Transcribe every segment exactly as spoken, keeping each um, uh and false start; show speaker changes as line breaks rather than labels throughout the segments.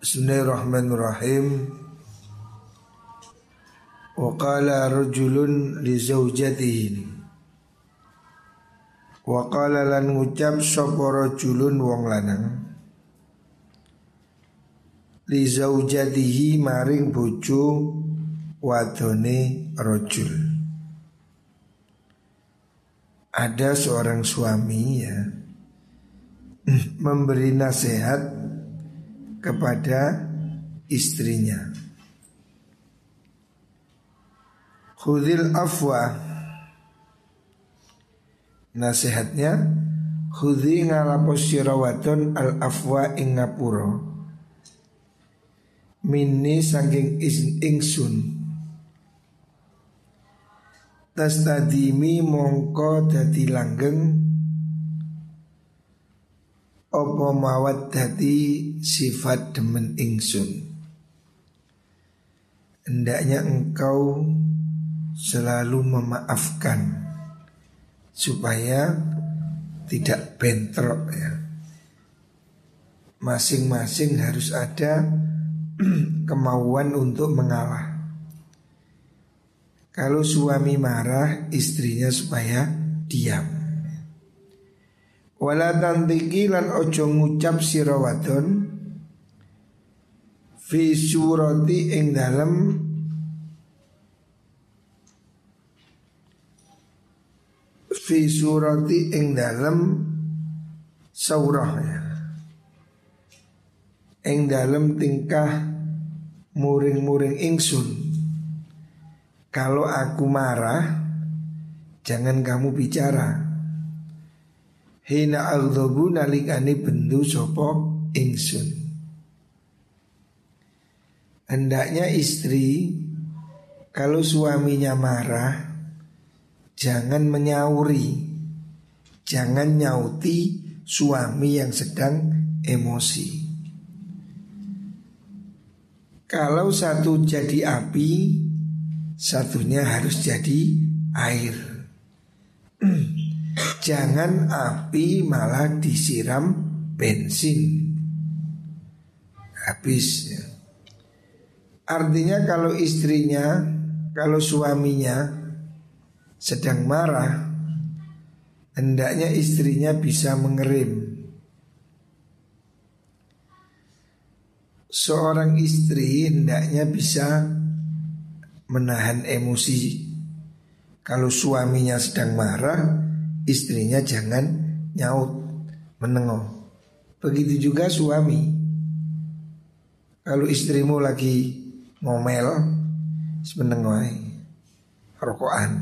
Bismillahirrahmanirrahim. Wa qala rajulun li zaujatihi. Wa qala lan ngucap sapa rajulun wong lanang li zaujatihi maring bojo wadone rajul. Ada seorang suami ya memberi nasihat kepada istrinya. Khudhil afwa, nasihatnya khudhi ngalapos sira wadon al afwa ing ngapura minni saking ingsun tastadimi mongko dadi langgeng apa mawaddati sifat demen ingsun. Hendaknya engkau selalu memaafkan supaya tidak bentrok ya. Masing-masing harus ada kemauan untuk mengalah. Kalau suami marah, istrinya supaya diam. Wala tantiki lan ojo ngucap sira wadon fi surati ing dalem fi surati ing dalem saurah ya, ing dalem tingkah muring-muring ingsun. Kalau aku marah, jangan kamu bicara. Hina aghdhabu nalikani bendu sopo ingsun. Hendaknya istri kalau suaminya marah jangan menyauri, jangan nyauti suami yang sedang emosi. Kalau satu jadi api, satunya harus jadi air. Jangan api malah disiram bensin, habis ya. Artinya kalau istrinya, kalau suaminya sedang marah, hendaknya istrinya bisa mengerem. Seorang istri hendaknya bisa menahan emosi. Kalau suaminya sedang marah, istrinya jangan nyaut, menengok. Begitu juga suami. Kalau istrimu lagi ngomel, menengok, rokokan,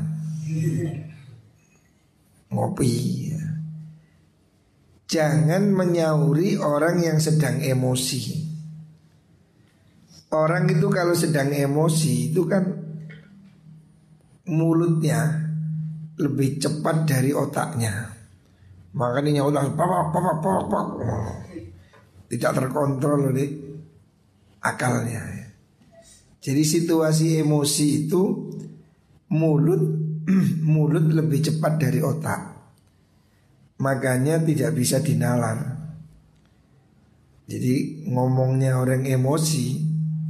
ngopi ya. Jangan menyauri orang yang sedang emosi. Orang itu kalau sedang emosi itu kan mulutnya lebih cepat dari otaknya. Makanya nyaut papa papa papa tidak terkontrol oleh akalnya. Jadi situasi emosi itu mulut mulut lebih cepat dari otak. Makanya tidak bisa dinalar. Jadi ngomongnya orang emosi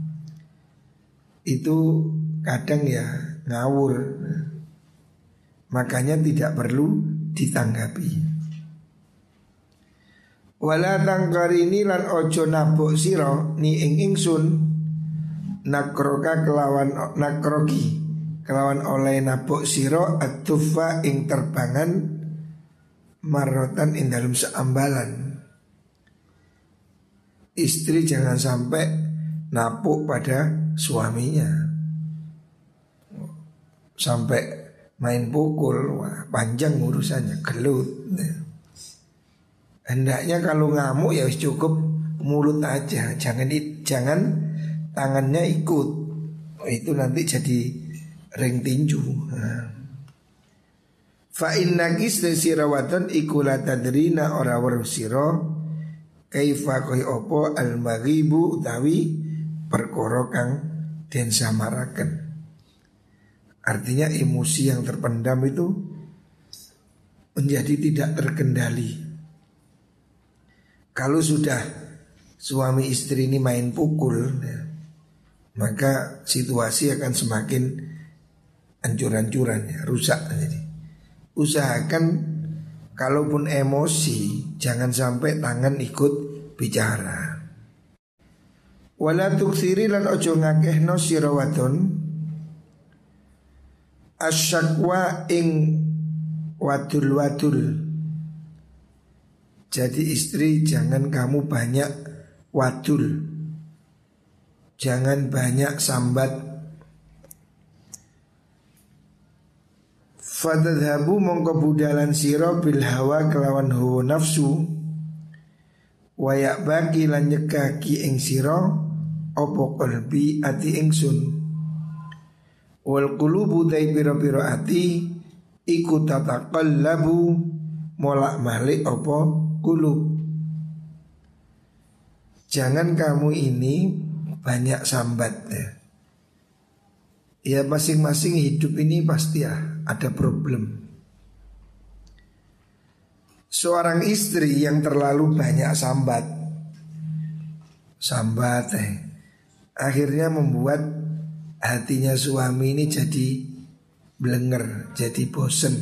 itu kadang ya ngawur. Makanya tidak perlu ditanggapi. Wala tangkarini lan ojo nabok siro ni ing ingsun nakroka kelawan nakroki kelawan oleh nabok siro atufa ing terbangan marotan ing dalam seambalan. Istri jangan sampai napuk pada suaminya sampai main pukul, wah, panjang urusannya, gelut. Hendaknya kalau ngamuk ya cukup mulut aja, jangan jangan tangannya ikut. Oh, itu nanti jadi ring tinju. Fa innaki sirawaton ikula tadrina ora weruh sira kaifa koi opo al maghibu utawi perkara kang den samaraken. Artinya emosi yang terpendam itu menjadi tidak terkendali. Kalau sudah suami istri ini main pukul ya, maka situasi akan semakin hancur-hancuran ya, rusak. Jadi usahakan kalaupun emosi jangan sampai tangan ikut bicara. Wala tuksiri lan ojo ngakehno sira wadon asyakwa ing wadul-wadul. Jadi istri jangan kamu banyak wadul, jangan banyak sambat. Fatadhabu mongko budalan sira bil hawa kelawan hawa nafsu, wayak bagi lan nyekaki ing sira apa qalbi ati ingsun. Wal qulubu tai pira-pira ati iku tataqallabu molak malik apa kulub. Jangan kamu ini banyak sambat ya. Ya masing-masing hidup ini pasti ya ada problem. Seorang istri yang terlalu banyak sambat Sambat eh, akhirnya membuat hatinya suami ini jadi blenger, jadi bosen.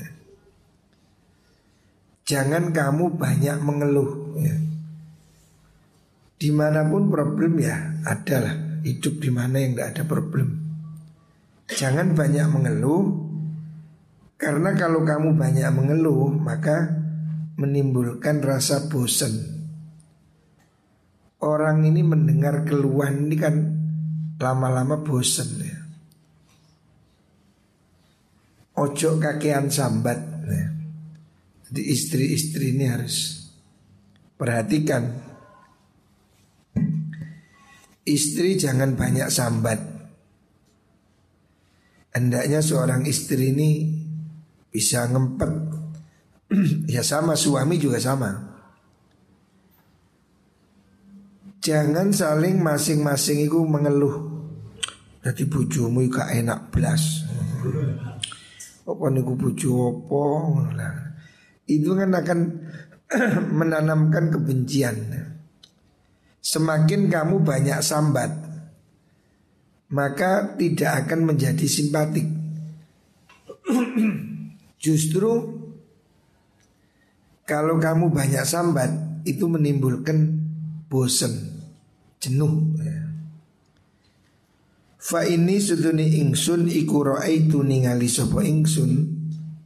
Jangan kamu banyak mengeluh ya. Dimanapun problem ya adalah, hidup dimana yang gak ada problem. Jangan banyak mengeluh, karena kalau kamu banyak mengeluh maka menimbulkan rasa bosan. Orang ini mendengar keluhan ini kan lama-lama bosan ya. Ojo kakean sambat ya. Jadi istri-istri ini harus perhatikan, istri jangan banyak sambat. Hendaknya seorang istri ini bisa ngempet. Ya sama, suami juga sama. Jangan saling masing-masing itu mengeluh. Jadi bojomu gak enak blas. Apa niku bojo apa? Itu kan akan menanamkan kebencian. Semakin kamu banyak sambat, maka tidak akan menjadi simpatik. Justru kalau kamu banyak sambat, itu menimbulkan bosen, jenuh. Fa ini suduni ingsun iku ra'aitu ningali sapa ingsun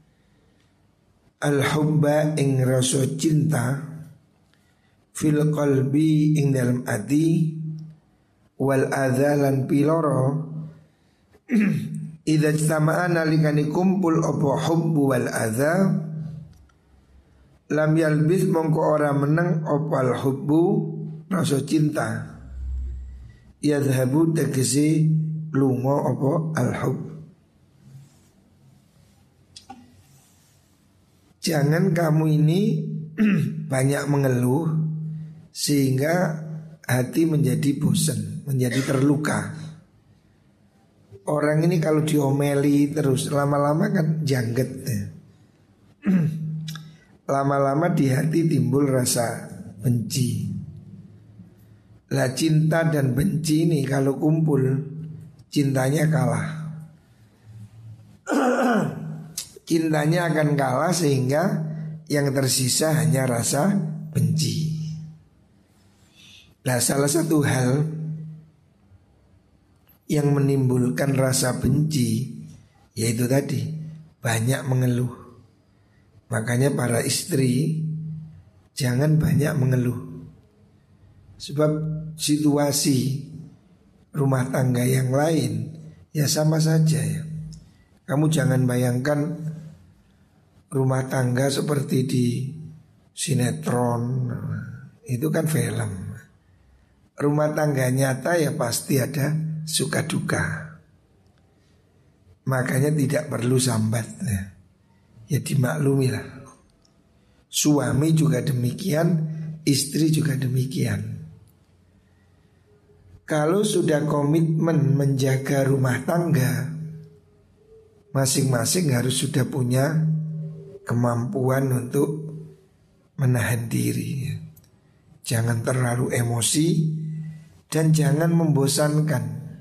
al-hubba ing rasa cinta fil qalbi ing dalam ati wal adzalan piloro idza jtama'a nalikani kumpul apa hubbu wal adza lam yalbis mongko ora meneng apa al hubbu rasa cinta yadhabu tegese lunga apa al hub. Jangan kamu ini banyak mengeluh sehingga hati menjadi bosan, menjadi terluka. Orang ini kalau diomeli terus lama-lama kan jangget ya. Lama-lama di hati timbul rasa benci. Lah cinta dan benci ini kalau kumpul, cintanya kalah. Cintanya akan kalah sehingga yang tersisa hanya rasa benci. Nah, salah satu hal yang menimbulkan rasa benci yaitu tadi banyak mengeluh. Makanya para istri jangan banyak mengeluh. Sebab situasi rumah tangga yang lain ya sama saja ya. Kamu jangan bayangkan rumah tangga seperti di sinetron, itu kan film. Rumah tangga nyata ya pasti ada suka duka. Makanya tidak perlu sambat ya. Ya dimaklumi lah. Suami juga demikian, istri juga demikian. Kalau sudah komitmen menjaga rumah tangga, masing-masing harus sudah punya kemampuan untuk menahan diri. jangan terlalu emosi, dan jangan membosankan.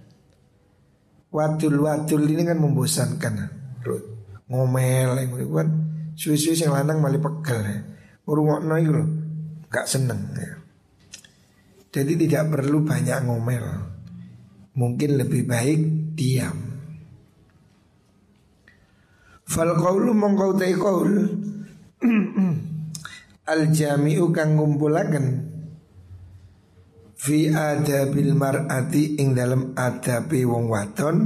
Wadul-wadul ini kan membosankan, ngomel yang kan suwi-suwi yang lanang malah pegel ya. Ngurungokno iku lho gak seneng ya. Jadi tidak perlu banyak ngomel, mungkin lebih baik diam. Fal qaulu mongko te qaul al jami'u kang ngumpulaken fi adabil mar'ati ing dalam adabe wong wadon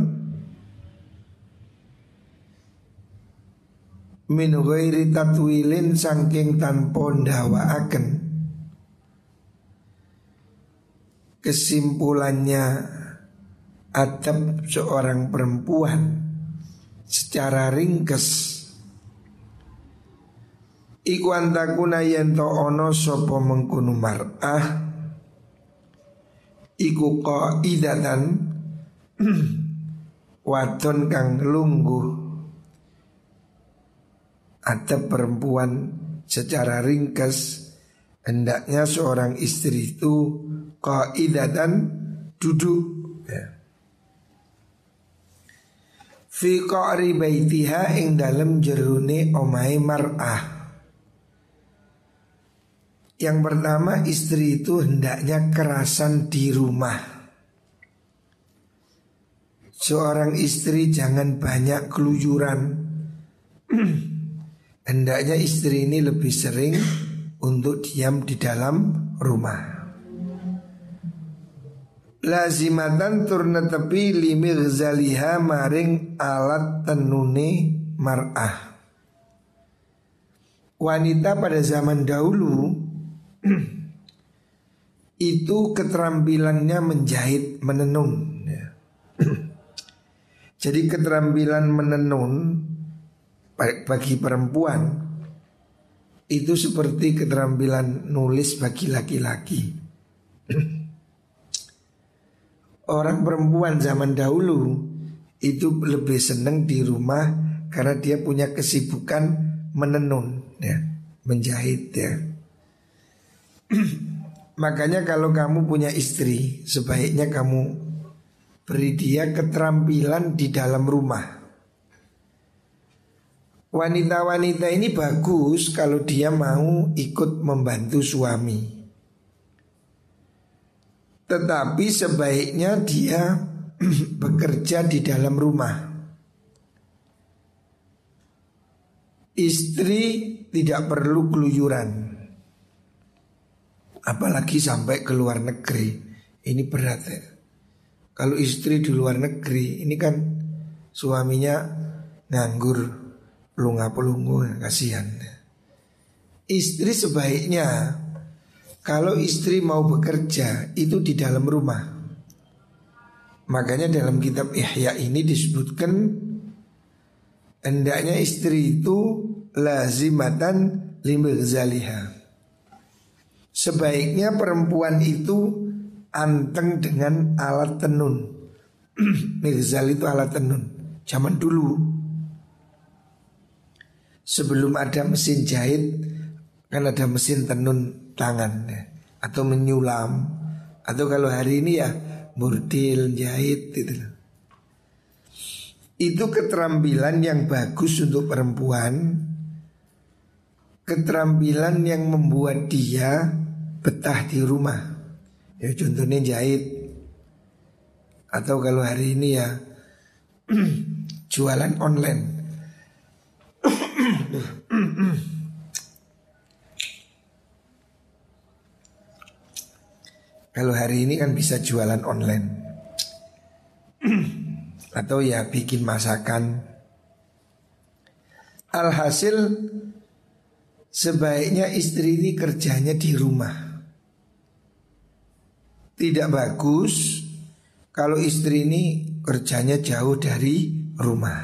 min ghairi tatwilin saking tanpa ndawaaken. Kesimpulannya adab seorang perempuan secara ringkes iku antakuna yen to ono sapa mengkono mar'ah iku qaidatan wadon kang lungguh. Adab perempuan secara ringkes hendaknya seorang istri itu qaidatan duduk ya. Fi qa'ri baitiha ing dalem jerone omahe mar'ah. Yang pertama, istri itu hendaknya kerasan di rumah. Seorang istri jangan banyak keluyuran. Hendaknya istri ini lebih sering untuk diam di dalam rumah. Lazimatan turna tepi limighzaliha maring alat tenune mar'ah. Wanita pada zaman dahulu itu keterampilannya menjahit menenun ya. Jadi keterampilan menenun bagi perempuan itu seperti keterampilan nulis bagi laki-laki. Orang perempuan zaman dahulu itu lebih senang di rumah karena dia punya kesibukan menenun ya, menjahit ya. Makanya kalau kamu punya istri, sebaiknya kamu beri dia keterampilan di dalam rumah. Wanita-wanita ini bagus kalau dia mau ikut membantu suami. Tetapi sebaiknya dia bekerja di dalam rumah. Istri tidak perlu keluyuran, apalagi sampai ke luar negeri. Ini berat ya. Kalau istri di luar negeri, ini kan suaminya nganggur, pelunga-pelungu, kasihan. Istri sebaiknya kalau istri mau bekerja itu di dalam rumah. Makanya dalam kitab Ihya ini disebutkan hendaknya istri itu lazimatan limighzaliha. Sebaiknya perempuan itu anteng dengan alat tenun. Mighzal itu alat tenun. Zaman dulu sebelum ada mesin jahit kan ada mesin tenun tangan ya, atau menyulam, atau kalau hari ini ya bordil jahit gitu. Itu keterampilan yang bagus untuk perempuan, keterampilan yang membuat dia betah di rumah. Ya contohnya jahit, atau kalau hari ini ya jualan online. Kalau hari ini kan bisa jualan online atau ya bikin masakan. Alhasil sebaiknya istri ini kerjanya di rumah. Tidak bagus kalau istri ini kerjanya jauh dari rumah.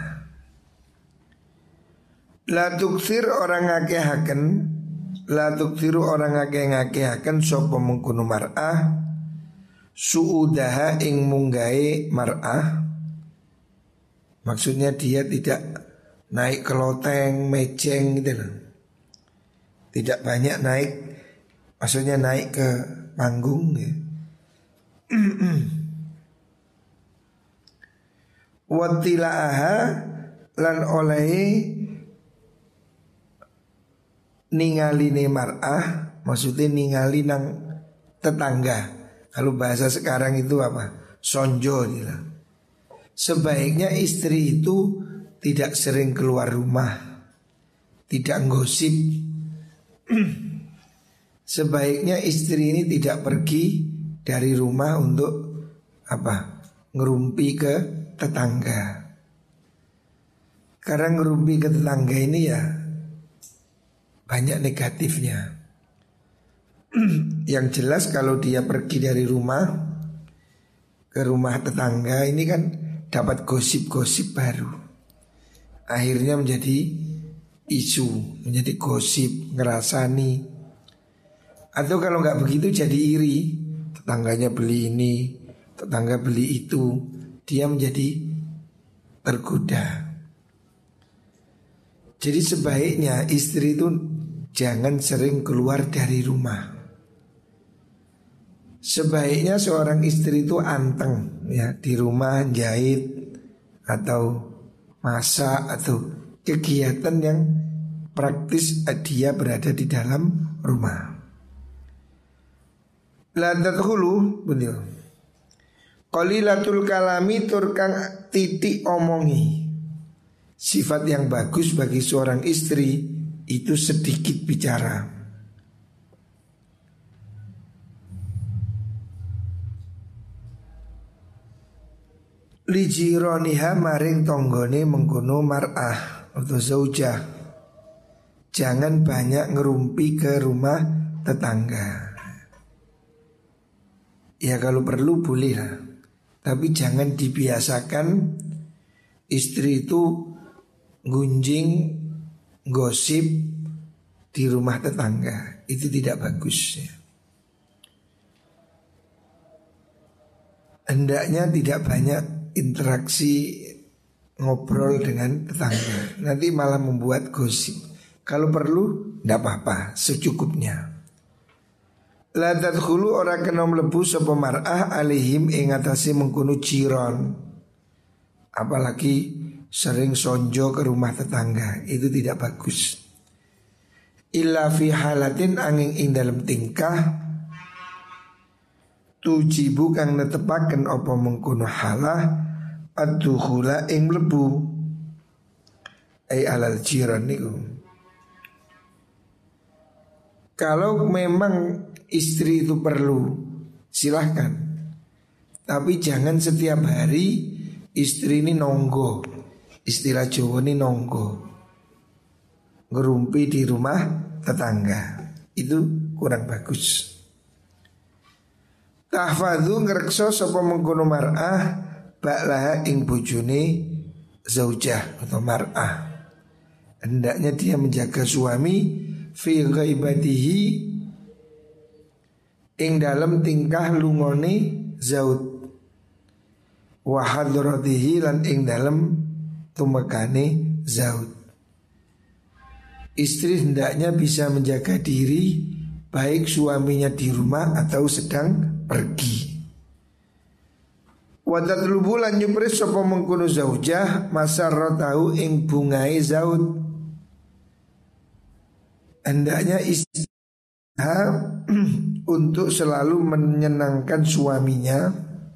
La tuksir orang ngakehaken, la tuksiru orang ngake-ngakehaken sapa mengkono mar'ah suudaha ing munggahe mar'ah. Maksudnya dia tidak naik ke loteng, mejeng gitu loh. Tidak banyak naik Maksudnya naik ke panggung ya. Watilaaha lan olehi ningaline mar'ah, maksudnya ningali nang tetangga. Kalau bahasa sekarang itu apa? Sonjo gitu. Sebaiknya istri itu tidak sering keluar rumah, tidak gosip. Sebaiknya istri ini tidak pergi dari rumah untuk apa? Ngerumpi ke tetangga. Karena ngerumpi ke tetangga ini ya banyak negatifnya. Yang jelas kalau dia pergi dari rumah ke rumah tetangga ini kan dapat gosip-gosip baru. Akhirnya menjadi isu, menjadi gosip, ngerasani. Atau kalau nggak begitu jadi iri, tetangganya beli ini, tetangga beli itu, dia menjadi tergoda. Jadi sebaiknya istri itu jangan sering keluar dari rumah. Sebaiknya seorang istri itu anteng ya, di rumah jahit atau masak atau kegiatan yang praktis dia berada di dalam rumah. La tadkhulu betul. Qalilatul kalami turkang titik omongi. Sifat yang bagus bagi seorang istri itu sedikit bicara. Lijironiha maring tonggone mengkono mar'ah atau zaujah. Jangan banyak ngerumpi ke rumah tetangga. Ya kalau perlu boleh lah, tapi jangan dibiasakan istri itu gunjing gosip di rumah tetangga. Itu tidak bagus ya. Hendaknya tidak banyak interaksi ngobrol dengan tetangga, nanti malah membuat gosip. Kalau perlu tidak apa-apa, secukupnya. La tadkhulu ora kena mlebu sapa mar'ah alihim ing atase mengkono jiron. Apalagi sering sonjo ke rumah tetangga, itu tidak bagus. Illa fi halatin angin ing dalam tingkah tujibu kang netepaken apa mengkono halah ad-dukhula ing mlebu ai alal jiran niku. Kalau memang istri itu perlu silahkan, tapi jangan setiap hari istri ini nonggo. Istilah Jawa ini nonggo, ngerumpi di rumah tetangga. Itu kurang bagus. Tahfadhu ngrekso sapa mengkono mar'ah ba'laha ing bojone zaujah atau mar'ah. Hendaknya dia menjaga suami fi ghaibatihi ing dalam tingkah lungone zauj wa hadratihi lan ing dalam tumekane zauj. Istri hendaknya bisa menjaga diri baik suaminya di rumah atau sedang pergi. Wa tatlubu lan nyupris sapa mengkono zaujah masarratahu ing bungai zauj. Hendaknya istri untuk selalu menyenangkan suaminya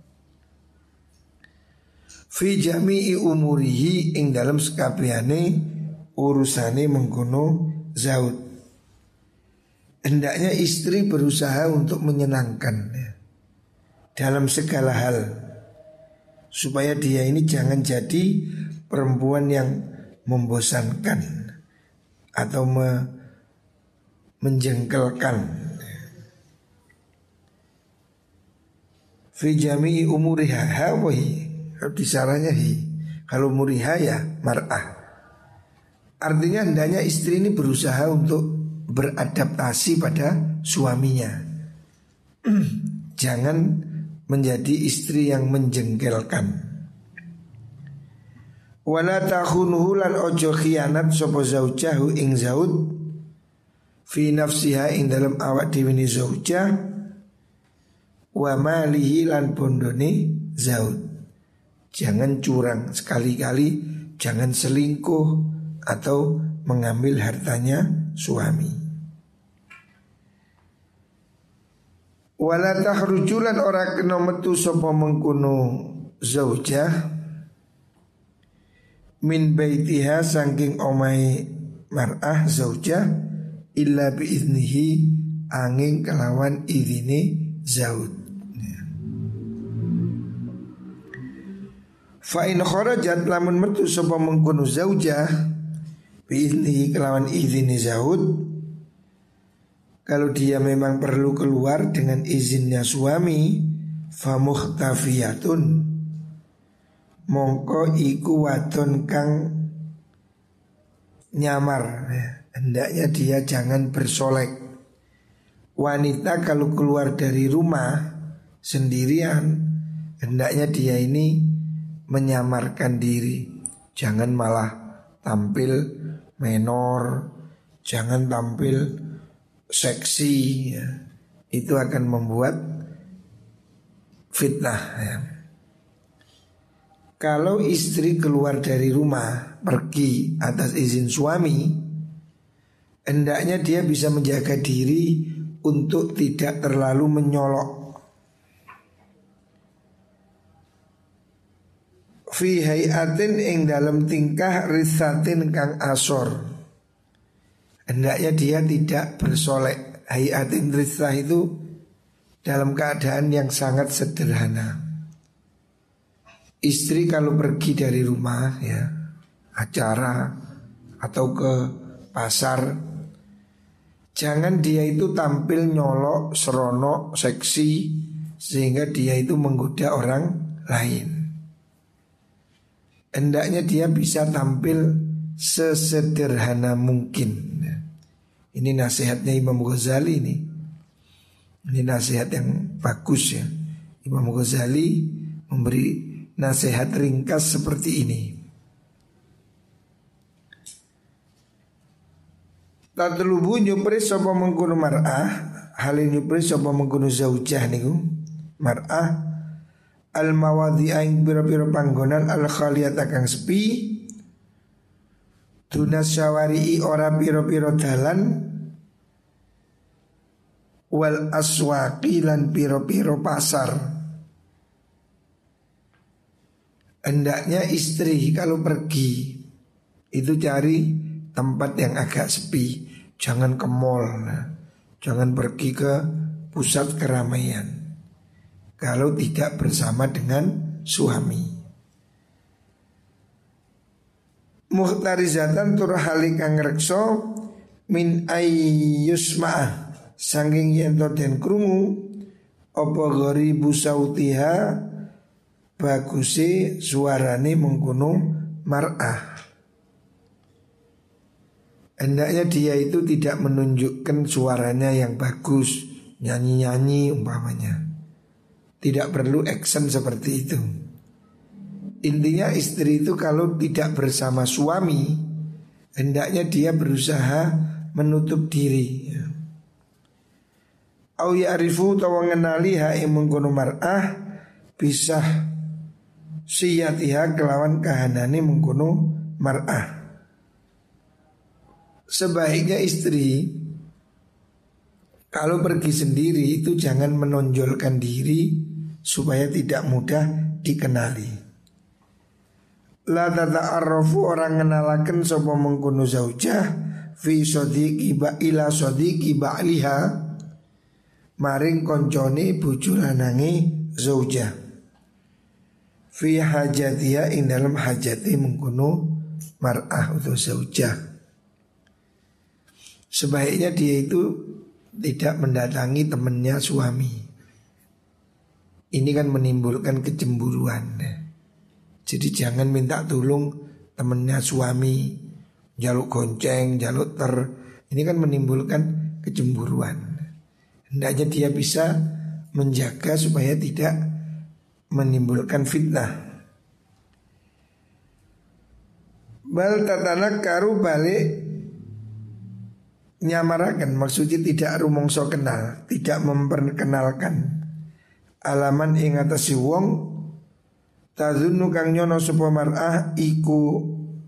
fi jami'i umurihi ing dalam sekabehane urusane mengkono zauj. Hendaknya istri berusaha untuk menyenangkan ya, dalam segala hal, supaya dia ini jangan jadi perempuan yang membosankan atau me, menjengkelkan. Fi jami'i umuriha hawahi, disaranya hi. Kalau muriha ya mar'ah. Artinya hendaknya istri ini berusaha untuk beradaptasi pada suaminya. Jangan menjadi istri yang menjengkelkan. Wala takhunuhu lan ojo khianat sapa zaujahu ing zaud fi nafsiha ing dalam awak dhewe ni zaujah wa malihi lan bondone zauj. Jangan curang, sekali-kali jangan selingkuh atau mengambil hartanya suami. Wala tahrujulan ora kena metu sapa mengkono zaujah min baitiha saking omai mar'ah zaujah illa biiznihi angin kelawan izine zauj. Fa in kharajat lamun metu sapa mengkono zaujah biiznihi kelawan izine zauj, kalau dia memang perlu keluar dengan izinnya suami, fa muhtafiyatun mongko iku wadon kang nyamar ya. Hendaknya dia jangan bersolek. Wanita kalau keluar dari rumah sendirian, hendaknya dia ini menyamarkan diri. Jangan malah tampil menor, jangan tampil seksi ya. Itu akan membuat fitnah ya. Kalau istri keluar dari rumah pergi atas izin suami, hendaknya dia bisa menjaga diri untuk tidak terlalu menyolok. Fi hayatin ing dalam tingkah risatin kang asor, hendaknya dia tidak bersolek. Hayatin risah itu dalam keadaan yang sangat sederhana. Istri kalau pergi dari rumah ya, acara atau ke pasar, jangan dia itu tampil nyolok, seronok, seksi sehingga dia itu menggoda orang lain. Hendaknya dia bisa tampil sesederhana mungkin. Ini nasihatnya Imam Ghazali ini. Ini nasihat yang bagus ya. Imam Ghazali memberi nasihat ringkas seperti ini. Tatlubu nyupri sapa mengkono mar'ah, halin nyupri sapa mengkono zaujah niku mar'ah al mawadhi'a ing pira-pira panggonan al khaliyat kang sepi, dunas syawari'i ora pira-pira dalan, wal aswaqi lan pira-pira pasar. Hendaknya istri kalau pergi itu cari tempat yang agak sepi, jangan ke mall, jangan pergi ke pusat keramaian kalau tidak bersama dengan suami. Muhtarizatan tur halik kang rekso min ayyusma'ah sanging yen den krungu apa gharibu sautiha baguse suarane mengkono mar'ah. Hendaknya dia itu tidak menunjukkan suaranya yang bagus, nyanyi-nyanyi umpamanya. Tidak perlu action seperti itu. Intinya istri itu kalau tidak bersama suami, hendaknya dia berusaha menutup diri. Au ya'rifu tawa ngenali hae mengkono mar'ah bisa siyatiha kelawan kahanane mengkono mar'ah. Sebaiknya istri kalau pergi sendiri itu jangan menonjolkan diri supaya tidak mudah dikenali. La tata'arrafu orang ngenalaken sapa mengkono zaujah fi sadiqi ba ila sadiqi ba'liha maring koncone bojo lanange zaujah. Fi hajatiha ing dalam hajati mengkono mar'ah atau zaujah. Sebaiknya dia itu tidak mendatangi temannya suami. Ini kan menimbulkan kecemburuan. Jadi jangan minta tolong temannya suami, jaluk gonceng, jaluk ter. Ini kan menimbulkan kecemburuan. Hendaknya dia bisa menjaga supaya tidak menimbulkan fitnah. Bal tatanakkaru balik nyamarakan maksudnya tidak rumongso kenal, tidak memperkenalkan alaman ing atase wong tadzunnu kang nyono sapa mar'ah iku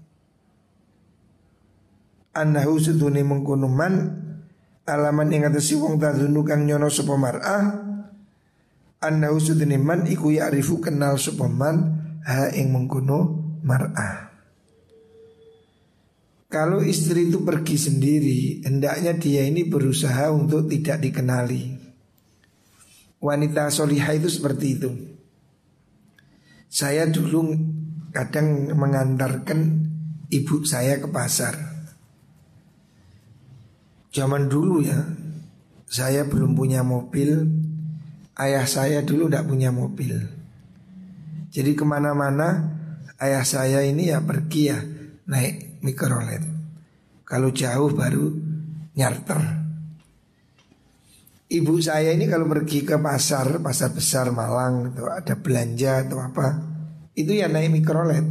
annahu sudune mengkono man alaman ing atase wong tadzunnu kang nyono sapa mar'ah annahu sudune man iku ya'rifu kenal sapa man ha ing mengkono mar'ah. Kalau istri itu pergi sendiri, hendaknya dia ini berusaha untuk tidak dikenali. Wanita solihah itu seperti itu. Saya dulu kadang mengantarkan ibu saya ke pasar. Zaman dulu ya, saya belum punya mobil. Ayah saya dulu tidak punya mobil. Jadi kemana-mana ayah saya ini ya pergi ya naik mikrolet. Kalau jauh baru nyarter. Ibu saya ini kalau pergi ke pasar, pasar besar Malang atau ada belanja atau apa, itu ya naik mikrolet.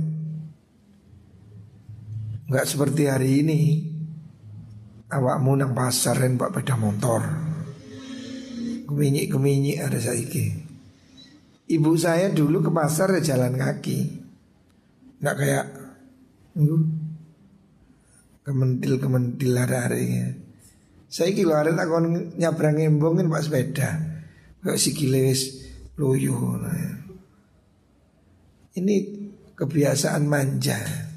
Enggak seperti hari ini. Awakmu nang pasar dan bawa sepeda motor. Keminyik-keminyik ada saiki. Ibu saya dulu ke pasar ya jalan kaki. Enggak kayak uh, kementil-kementil hari-harinya. Saya kilo hari tak kon nyabrang embongin pak sepeda. Gak sikile wis loyo. Ini kebiasaan manja.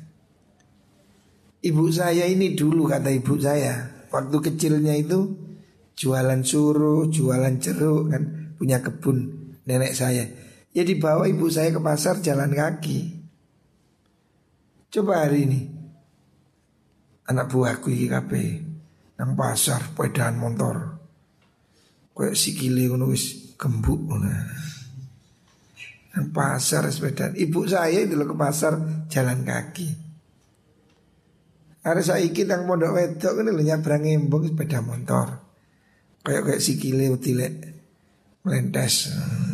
Ibu saya ini dulu kata ibu saya, waktu kecilnya itu jualan suruh, jualan jeruk kan, punya kebun nenek saya. Ya dibawa ibu saya ke pasar jalan kaki. Coba hari ini anak buahku iki kabeh nang pasar pedaan motor. Kayak sikile ngono wis gembuk ngono. Nang pasar sepedaan. Ibu saya itu loh ke pasar jalan kaki. Ada saiki nang pondok wedok ngene lho nyabrang embong sepeda motor. Kayak kayak sikile utilek melentes.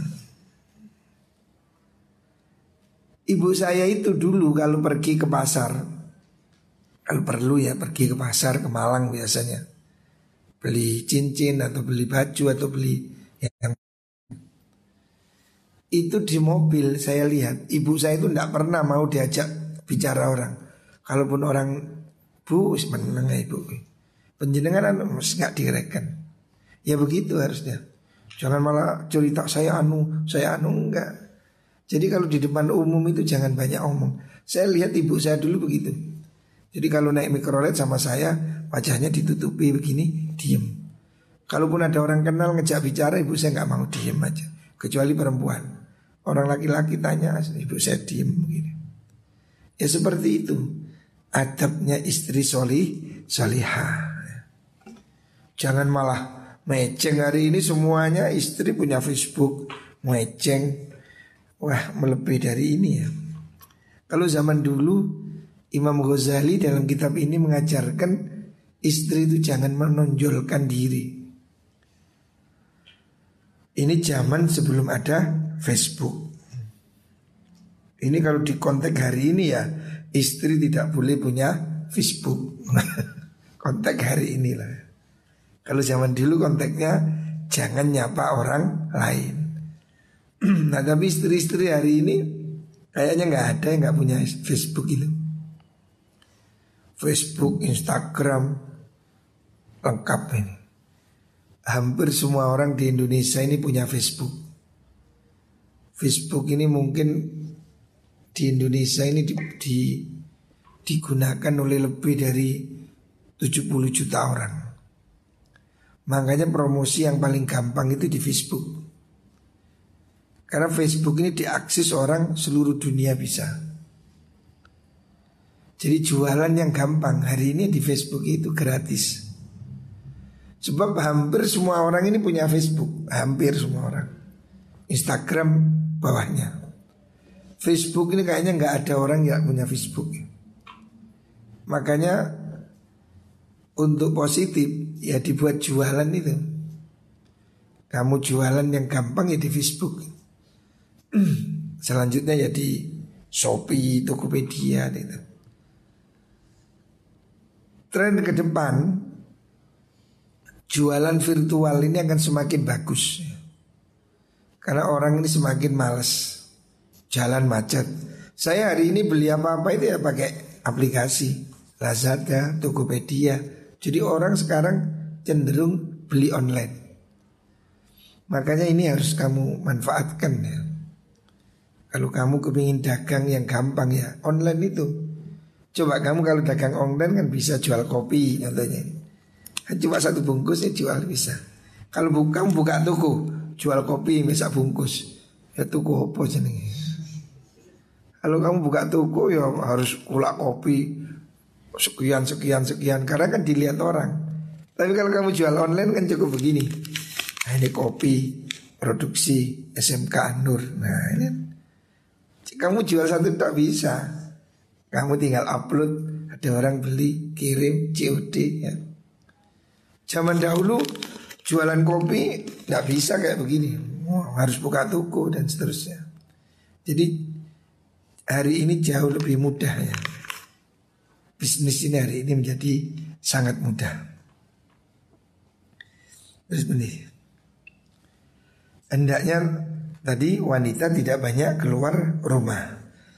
Ibu saya itu dulu kalau pergi ke pasar, kalau perlu ya pergi ke pasar ke Malang biasanya, beli cincin atau beli baju atau beli yang itu di mobil saya lihat ibu saya itu tidak pernah mau diajak bicara orang. Kalaupun orang bu meneng ibu, penjenengan mesti nggak direkan. Ya begitu harusnya. Jangan malah cerita saya anu, saya anu enggak. Jadi kalau di depan umum itu jangan banyak omong. Saya lihat ibu saya dulu begitu. Jadi kalau naik mikrolet sama saya, wajahnya ditutupi begini, diem. Kalaupun ada orang kenal ngejak bicara, ibu saya nggak mau, diem aja. Kecuali perempuan. Orang laki-laki tanya, ibu saya diem begini. Ya seperti itu adabnya istri solih, solihah. Jangan malah meceng hari ini semuanya istri punya Facebook, meceng. Wah melebihi dari ini ya. Kalau zaman dulu Imam Ghazali dalam kitab ini mengajarkan istri itu jangan menonjolkan diri. Ini zaman sebelum ada Facebook. Ini kalau di konteks hari ini ya, istri tidak boleh punya Facebook. Konteks hari inilah. Kalau zaman dulu konteksnya jangan nyapa orang lain. Nah tapi istri-istri hari ini kayaknya nggak ada yang nggak punya Facebook itu. Facebook, Instagram lengkap ini. Hampir semua orang di Indonesia ini punya Facebook. Facebook ini mungkin di Indonesia ini di, di, digunakan oleh lebih dari tujuh puluh juta orang. Makanya promosi yang paling gampang itu di Facebook. Karena Facebook ini diakses orang seluruh dunia bisa. Jadi jualan yang gampang hari ini di Facebook itu gratis. Sebab hampir semua orang ini punya Facebook. Hampir semua orang. Instagram bawahnya. Facebook ini kayaknya nggak ada orang yang punya Facebook. Makanya untuk positif ya dibuat jualan itu. Kamu jualan yang gampang ya di Facebook. Selanjutnya ya di Shopee, Tokopedia gitu. Tren ke depan jualan virtual ini akan semakin bagus. Karena orang ini semakin malas jalan macet. Saya hari ini beli apa-apa itu ya pakai aplikasi Lazada, Tokopedia. Jadi orang sekarang cenderung beli online. Makanya ini harus kamu manfaatkan ya. Kalau kamu kepingin dagang yang gampang ya online itu. Coba kamu kalau dagang online kan bisa jual kopi contohnya. Cuma satu bungkus ya jual bisa. Kalau bu, kamu buka toko jual kopi bisa bungkus, ya toko apa jenenge. Kalau kamu buka toko ya harus kulak kopi sekian sekian sekian karena kan dilihat orang. Tapi kalau kamu jual online kan cukup begini. Nah, ini kopi produksi S M K Anur. Nah ini kamu jual satu tak bisa. Kamu tinggal upload, ada orang beli, kirim C O D ya. Zaman dahulu jualan kopi nggak bisa kayak begini. Wah, harus buka toko dan seterusnya. Jadi hari ini jauh lebih mudah ya. Bisnis ini hari ini menjadi sangat mudah. Terus begini. Hendaknya tadi wanita tidak banyak keluar rumah.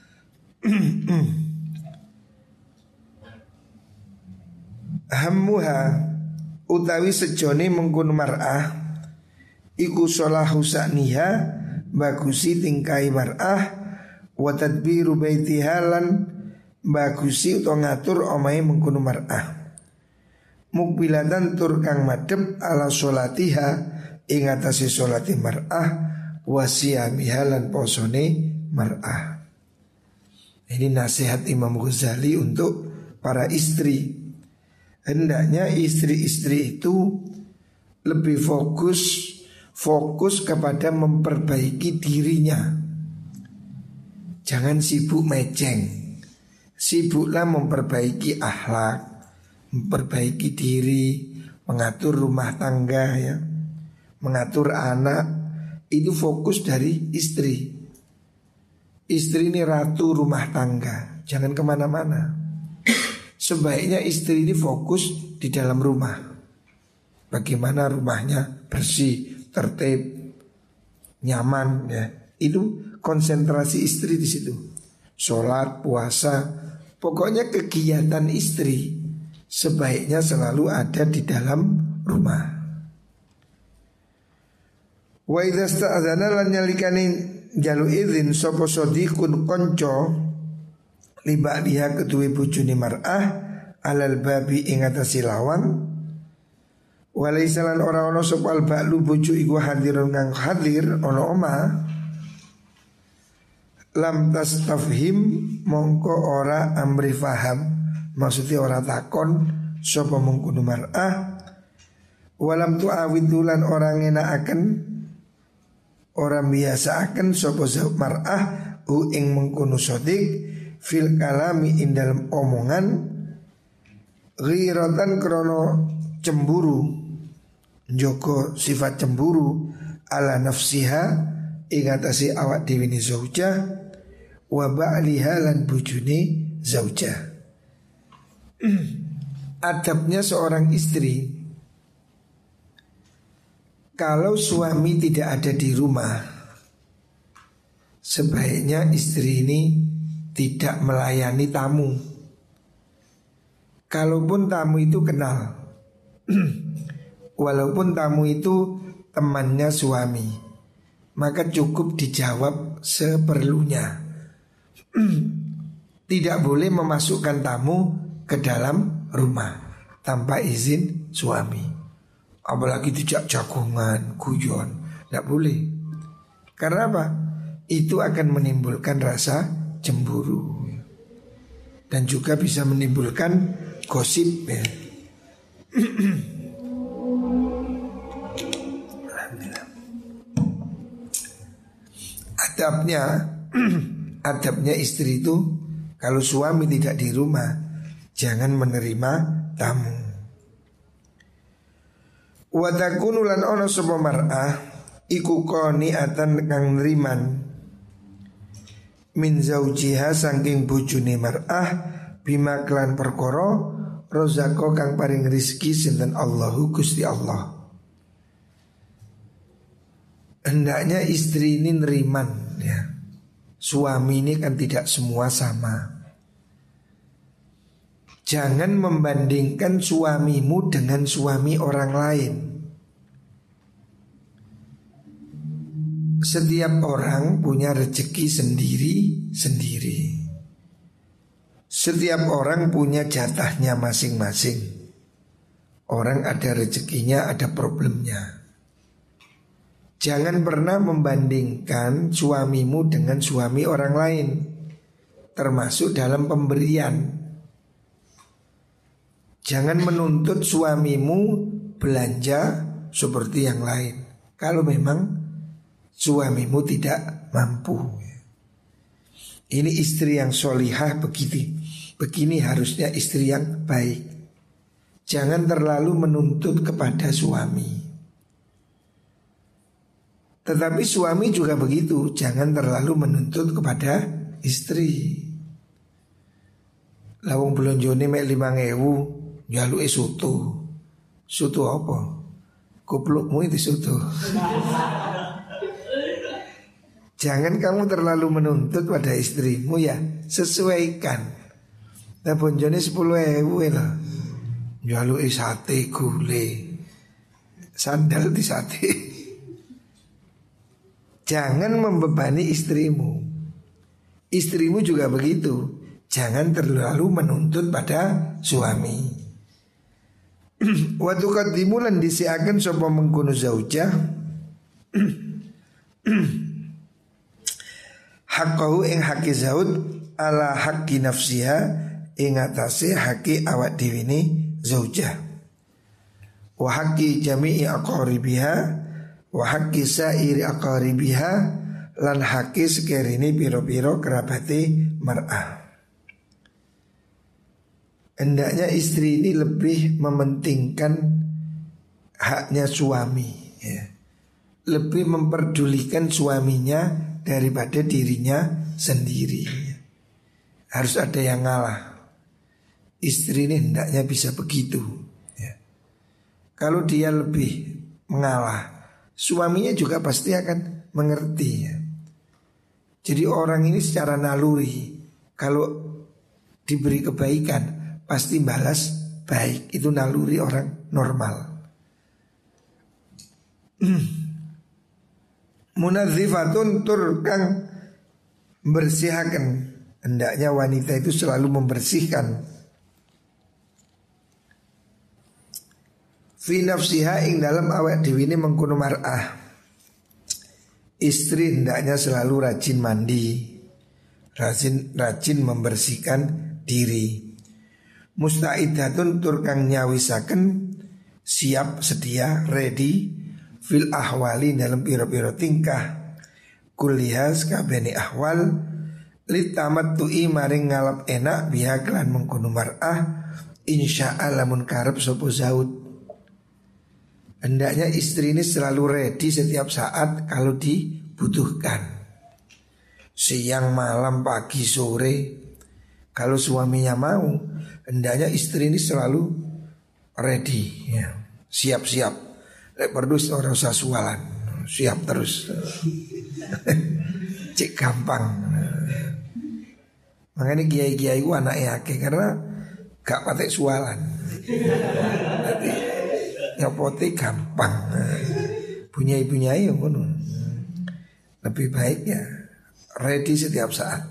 Hammuha utawi sejone mengkun mar'ah iku solahu sa'niha bagusi tingkai mar'ah wa tadbiru baitiha lan bagusi utawa ngatur omahe mengkun mar'ah mukbilatan tur kang madhep ala sholatiha ing atase sholati mar'ah wa siyamiha lan posone mar'ah. Ini nasihat Imam Ghazali untuk para istri. Hendaknya istri-istri itu lebih fokus fokus kepada memperbaiki dirinya. Jangan sibuk meceng. Sibuklah memperbaiki akhlak, memperbaiki diri, mengatur rumah tangga ya, mengatur anak. Itu fokus dari istri. Istri ini ratu rumah tangga, jangan kemana-mana. Sebaiknya istri ini fokus di dalam rumah. Bagaimana rumahnya bersih, tertib, nyaman ya. Itu konsentrasi istri di situ. Sholat, puasa, pokoknya kegiatan istri sebaiknya selalu ada di dalam rumah. Wa idza sta'adzana lan nyalikani jalu izin sapa sadiqun konco liba dia ketuwe bojone mar'ah alal babi ing atase lawang walaisalan ora ana sapa al ba'lu bojo iku hadirun kang hadir ana oma lam tastafhim mongko ora amri faham maksudnya ora takon sapa mungkunu mar'ah walam tu'awidulan orang ngenakaken orang biasa akan sapa zauj mar'ah u ing mengkono sodik fil kalami ing dalam omongan ghiratan krono cemburu njoko sifat cemburu ala nafsiha ing atase awak dhewe ne zaujah wa ba'liha lan bojone zaujah. Adabnya seorang istri, kalau suami tidak ada di rumah, sebaiknya istri ini tidak melayani tamu. Kalaupun tamu itu kenal, walaupun tamu itu temannya suami, maka cukup dijawab seperlunya. Tidak boleh memasukkan tamu ke dalam rumah tanpa izin suami. Apalagi tidak jagongan, guyon, tidak boleh. Karena apa? Itu akan menimbulkan rasa cemburu dan juga bisa menimbulkan gosip ya. Adabnya adabnya istri itu kalau suami tidak di rumah jangan menerima tamu. Wa takunu lan ono sapa mar'ah iku qani'atan kang nriman min zaujiha saking bojone mar'ah bima klan perkara rozako kang paring rizki sinten Allahu Gusti Allah. Hendaknya istri ini neriman ya. Suami ini kan tidak semua sama. Jangan membandingkan suamimu dengan suami orang lain. Setiap orang punya rezeki sendiri-sendiri. Setiap orang punya jatahnya masing-masing. Orang ada rezekinya, ada problemnya. Jangan pernah membandingkan suamimu dengan suami orang lain, termasuk dalam pemberian. Jangan menuntut suamimu belanja seperti yang lain kalau memang suamimu tidak mampu. Ini istri yang solihah begini. Begini harusnya istri yang baik. Jangan terlalu menuntut kepada suami. Tetapi suami juga begitu, jangan terlalu menuntut kepada istri. Lawang belonjone mek limang ewu, njaluke soto. Soto apa? Kuplukmu itu soto. Jangan kamu terlalu menuntut pada istrimu ya, sesuaikan. Nah bonjone sepuluh ewu lah, njaluke sate gule, sandal di sate. Jangan membebani istrimu. Istrimu juga begitu. Jangan terlalu menuntut pada suami. Wa tuqaddimu lan disiaken sapa mengkono zaujah haqqahu ing haqqi zaud ala haqqi nafsiha ing atase haqqi awak dhewe ne zaujah. Wa haqqi jami'i aqaribiha wa haqqi sa'iri aqaribiha lan haqqi sekerine piro-piro kerabate mar'ah. Hendaknya istri ini lebih mementingkan haknya suami ya. Lebih memperdulikan suaminya daripada dirinya sendiri. Harus ada yang ngalah. Istri ini hendaknya bisa begitu ya. Kalau dia lebih mengalah, suaminya juga pasti akan mengerti ya. Jadi orang ini secara naluri kalau diberi kebaikan pasti balas baik. Itu naluri orang normal. Munadzifatun tur kang bersihaken. Hendaknya wanita itu selalu membersihkan fi nafsiha ing dalam awak dewi ini mengkono mar'ah. Istri hendaknya selalu rajin mandi, rajin rajin membersihkan diri. Mustaidatun tur kang nyawisaken siap sedia ready fil ahwali dalam piro-piro tingkah kulihas kabeni ahwal litamat tu'i maring ngalap enak biha kelan mengkono mar'ah insyaallah mun karep sapa zaud. Hendaknya istri ini selalu ready setiap saat kalau dibutuhkan. Siang, malam, pagi, sore. Kalau suaminya mau, hendaknya istri ini selalu ready ya. Siap-siap. Lek perlu orang usah sualan. Siap terus. Cek gampang. Makanya kiai-kiai ku anaknya akeh karena gak patek sualan. Jadi nyopote gampang. Punya-punya yang ngono. Lebih baik ya ready setiap saat.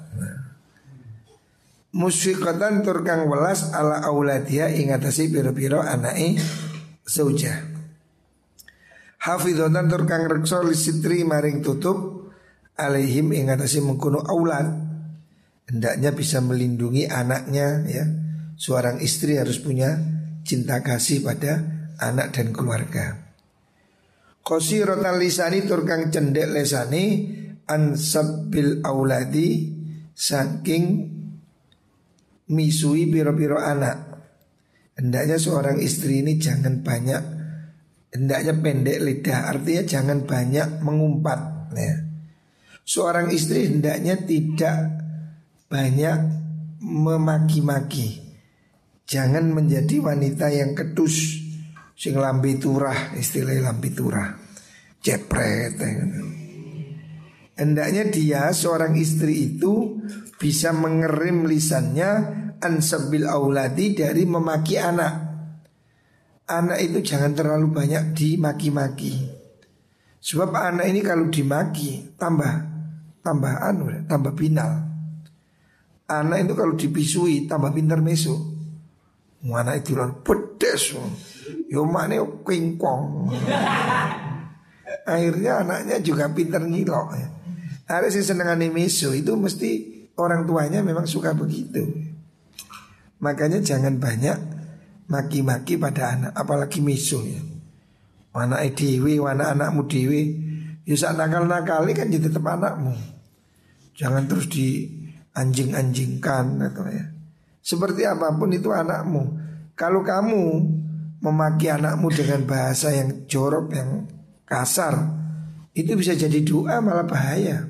Musfiqatan tur kang welas ala auladiha ing atase pira-pira anake zaujah. Hafizatan tur kang reksa lisitri maring tutup alaihim ing atase mengkono aulad. Hendaknya bisa melindungi anaknya ya. Seorang istri harus punya cinta kasih pada anak dan keluarga. Qasiratan lisani tur kang cendek lesane ansabbil auladi saking misui piro-piro anak. Hendaknya seorang istri ini jangan banyak, hendaknya pendek lidah, artinya jangan banyak mengumpat ya. Seorang istri hendaknya tidak banyak memaki-maki, Jangan menjadi wanita yang ketus, sing lambe turah, istilah lambe turah, jepret. Hendaknya dia seorang istri itu bisa mengerim lisannya ansabil auladi dari memaki anak. Anak itu jangan terlalu banyak dimaki-maki. Sebab anak ini kalau dimaki tambah tambah anu, tambah binal. Anak itu kalau dipisui tambah pintar meso. Mana itu lan pedes. Yo makne kingkong. Akhirnya anaknya juga pintar ngilok ya. Harus senengane meso itu mesti orang tuanya memang suka begitu. Makanya jangan banyak maki-maki pada anak, apalagi meso ya. Anak dewe, anak anakmu dewe, ya sak nakal-nakali kan jadi tetap anakmu. Jangan terus di anjing-anjingkan atau ya. Seperti apapun itu anakmu. Kalau kamu memaki anakmu dengan bahasa yang jorok, yang kasar, itu bisa jadi doa malah bahaya.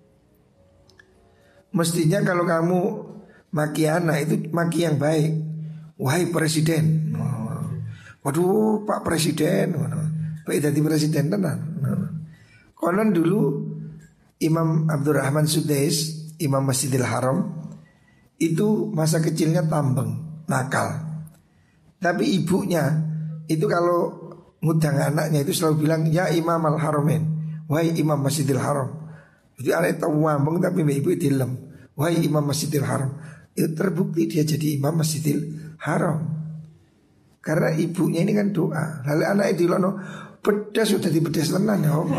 Mestinya kalau kamu maki anak itu maki yang baik. Wahai presiden, waduh Pak Presiden, baik jadi presiden tenan. Konon dulu Imam Abdurrahman Sudais, Imam Masjidil Haram, itu masa kecilnya tambeng, nakal. Tapi ibunya itu kalau ngundang anaknya itu selalu bilang, ya Imam Al-Haramain, wahai Imam Masjidil Haram. Jadi anak itu ngambeng tapi ibu dilem, wahai Imam Masjidil Haram. Itu terbukti dia jadi Imam Masjidil Haram karena ibunya ini kan doa. Lalu anaknya dilono pedas sudah dipedas tenan ya Allah.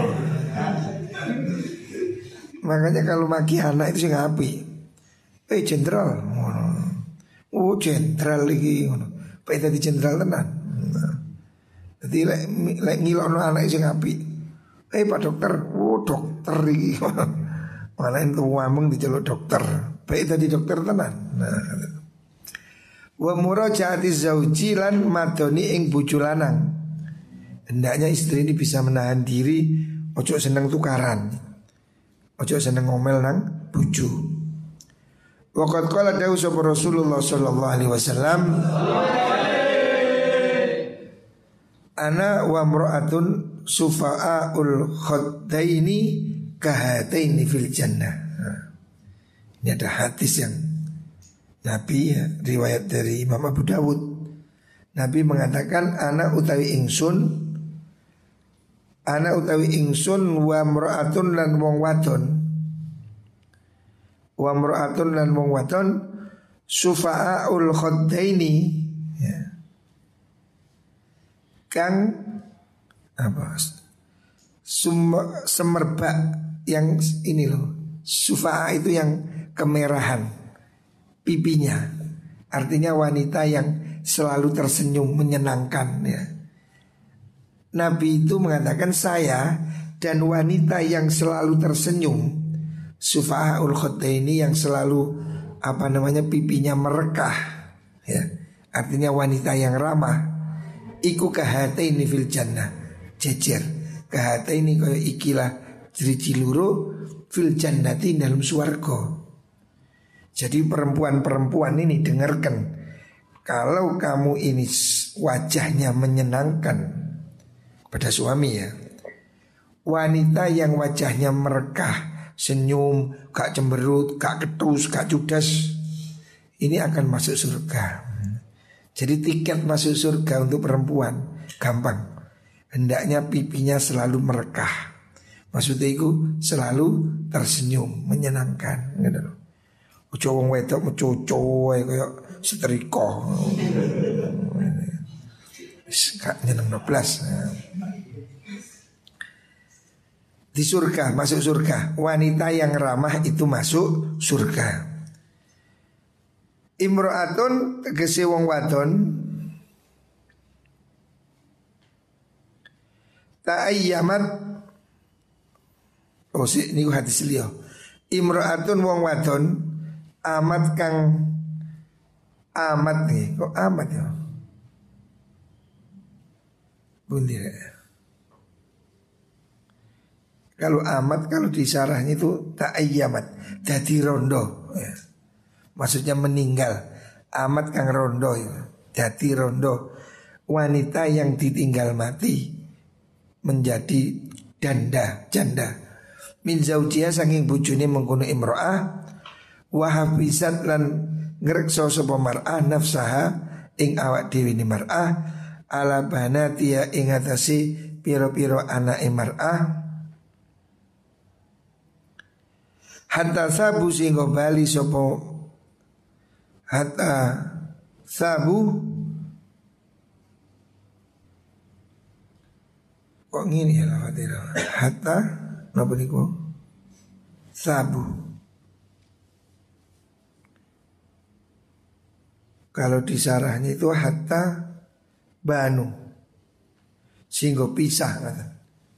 Makanya kalau maki anak itu sih ngapi. Eh jenderal, oh jenderal lagi, pak tadi jenderal tenan. Jadi lek lek ngilono anak itu ngapi. Eh pak dokter, oh dokter lagi. Mana itu ngomong diceluk dokter, baik tadi dokter tenan. Nah, wa murajaati zauji lan madoni ing bojo lanang. Hendaknya istri ini bisa menahan diri, ojo seneng tukaran, ojo seneng ngomel nang bojo. Waqad qala dawu sapa Rasulullah sallallahu alaihi wasallam, ana wa mra'atun sufa'aul khaddaini kahataini fil jannah. Nah, ini ada hadis yang Nabi ya, riwayat dari Imam Abu Dawud. Nabi mengatakan ana utawi ingsun, ana utawi ingsun wa mra'atun lan wong wadon, wa mra'atun lan wong wadon sufa'aul khaddaini ya. Kang apa? Sum, semerbak yang ini loh, sufa'a itu yang kemerahan pipinya, artinya wanita yang selalu tersenyum menyenangkan ya. Nabi itu mengatakan saya dan wanita yang selalu tersenyum, sufa'ul khaddaini yang selalu apa namanya pipinya merekah ya, artinya wanita yang ramah. Iku kahataini fil jannah, jejer kahataini kaya ikilah driji loro fil jannati dalam swarga. Jadi perempuan-perempuan ini dengarkan, kalau kamu ini wajahnya menyenangkan pada suami ya, wanita yang wajahnya merekah, senyum, gak cemberut, gak ketus, gak judes, ini akan masuk surga. Jadi tiket masuk surga untuk perempuan gampang. Hendaknya pipinya selalu merekah. Maksudnya itu selalu tersenyum, menyenangkan. Ojo wong wedok mecoco kayak setrika. Wis gak nyeneng blas. Di surga, masuk surga. Wanita yang ramah itu masuk surga. Imro'atun tegese wong wadon ta'ayyamat. Oh si niku hadis liya. Imro'atun wong wadon amat kang amat nih, kok amat ya? Bundir. Kalau amat kalau di syarahnya itu ta'ayyamat, jadi rondo ya. Maksudnya meninggal, amat kang rondo ya. dadi rondo wanita yang ditinggal mati menjadi danda janda min zaujiha saking bojone mengkono imro'ah wa hafizat lan ngrekso sapa mar'ah nafsaha ing awak dhewe ni mar'ah ala banatiya ing atase pira-pira anake mar'ah hatta sabu singgo bali sapa hatta sabu kok ngini ya lafadznya hatta napa niku sabu. Kalau di sarahnya itu hatta banu singgo pisah kata.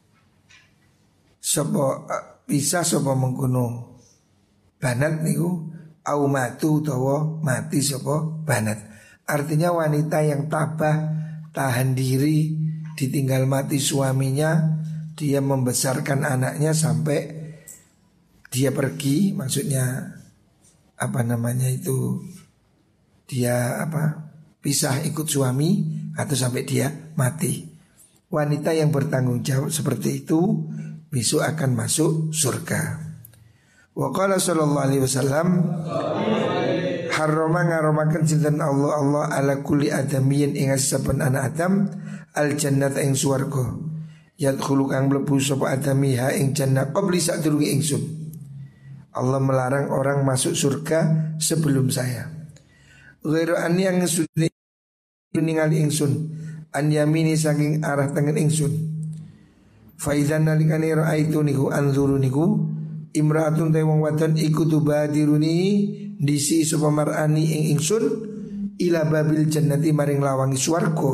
Sopo pisah sopo mengkuno banat niku au matu utawa mati sopo banat. Artinya wanita yang tabah tahan diri ditinggal mati suaminya, dia membesarkan anaknya sampai dia pergi, maksudnya apa namanya itu dia apa pisah ikut suami atau sampai dia mati. Wanita yang bertanggung jawab seperti itu besok akan masuk surga. Wa qala sallallahu alaihi wasallam harrama ngaromaken sinten Allah Allah ala kulli adamiyin ing saben anak Adam al jannata ing swarga. Yadkhulu kang mlebu sapa adamiha ing jannah qabli sadurunge ingsun. Allah melarang orang masuk surga sebelum saya. Ghairu an yang sudah ningali ingsun an yamini saking arah tengen ingsun. Fa idzan nalikane raaitu niku anzuru niku imraatun ta wong wadon iku tubadiruni disi sapa mar'ani ing ingsun ila babil jannati maring lawangi swarga.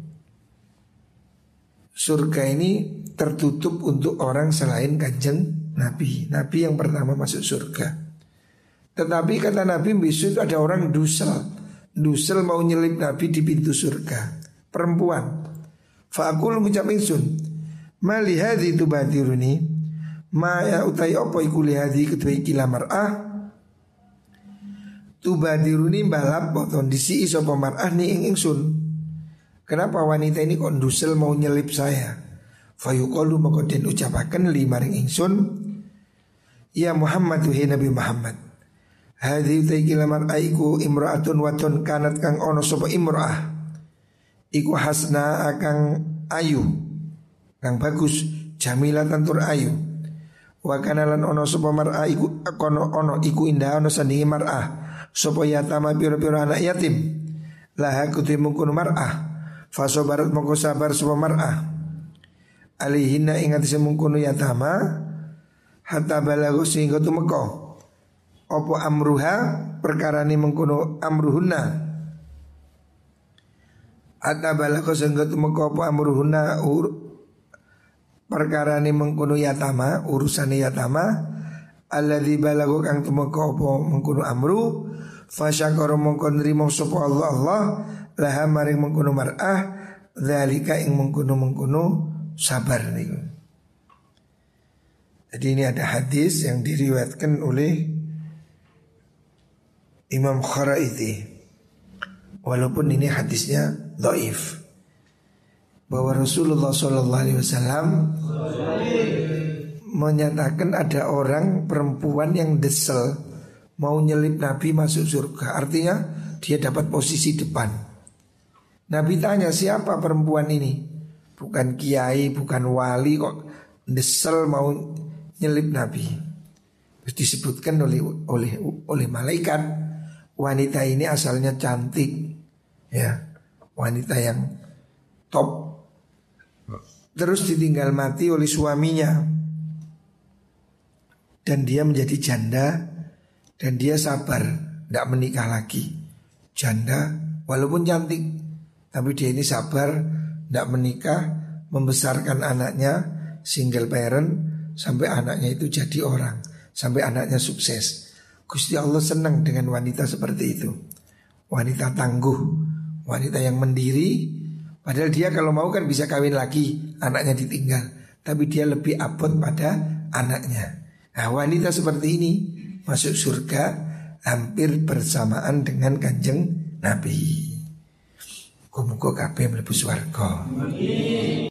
Surga ini tertutup untuk orang selain kanjeng Nabi. Nabi yang pertama masuk surga. Tetapi kata Nabi besok ada orang dusel. Dusel mau nyelip Nabi di pintu surga. Perempuan. Fa'akul ngucap ingsun ma lihadhi tubadiruni ma ya utai opo iku lihadhi kedua ikila mar'ah tubadiruni balap boton disi isopo mar'ah ni ing ingsun. Kenapa wanita ini kok dusel mau nyelip saya? Fayuqalu maka den ucapaken li maring ingsun ya Muhammad tuhai Nabi Muhammad hadhi taiki lamar aiku imra'atun wadon kanat kang ono sapa imra'ah iku hasna akang ayu kang bagus jamilatan tur ayu wa kanalan ono sapa mar'ah iku kono ono iku indah ono sandingi mar'ah sapa yatama pira-pira anak yatim laha kutu mungkun mar'ah fasobarat mongko sabar sapa mar'ah alihinna ingat semungkunu yatama hatta balagu sehingga tumeka opo amruha perkara ni mengkono amruhunna hatta balagu sehingga tumeka opo amruhunna ur perkara ni mengkono yatama urusane yatama alladzi balagu kang tumeka opo mengkono amru fasyakara mongko nrimo sapa Allah Allah laha maring mengkono mar'ah dzalika ing mengkono mengkono sabar niku. Jadi ini ada hadis yang diriwayatkan oleh Imam Kharaiti. Walaupun ini hadisnya dhaif. Bahwa Rasulullah shallallahu alaihi wasallam menyatakan ada orang perempuan yang desel mau nyelip Nabi masuk surga. Artinya dia dapat posisi depan. Nabi tanya siapa perempuan ini? Bukan kiai, bukan wali kok desel mau nyelip Nabi. Terus disebutkan oleh oleh oleh malaikat wanita ini asalnya cantik, ya wanita yang top. Terus ditinggal mati oleh suaminya dan dia menjadi janda dan dia sabar, tidak menikah lagi. Janda walaupun cantik, tapi dia ini sabar. Tidak menikah, membesarkan anaknya single parent sampai anaknya itu jadi orang, sampai anaknya sukses. Gusti Allah senang dengan wanita seperti itu. Wanita tangguh, wanita yang mandiri. Padahal dia kalau mau kan bisa kawin lagi, anaknya ditinggal. Tapi dia lebih abot pada anaknya. Nah wanita seperti ini masuk surga hampir bersamaan dengan kanjeng Nabi. Muga-muga kabeh mlebu swarga.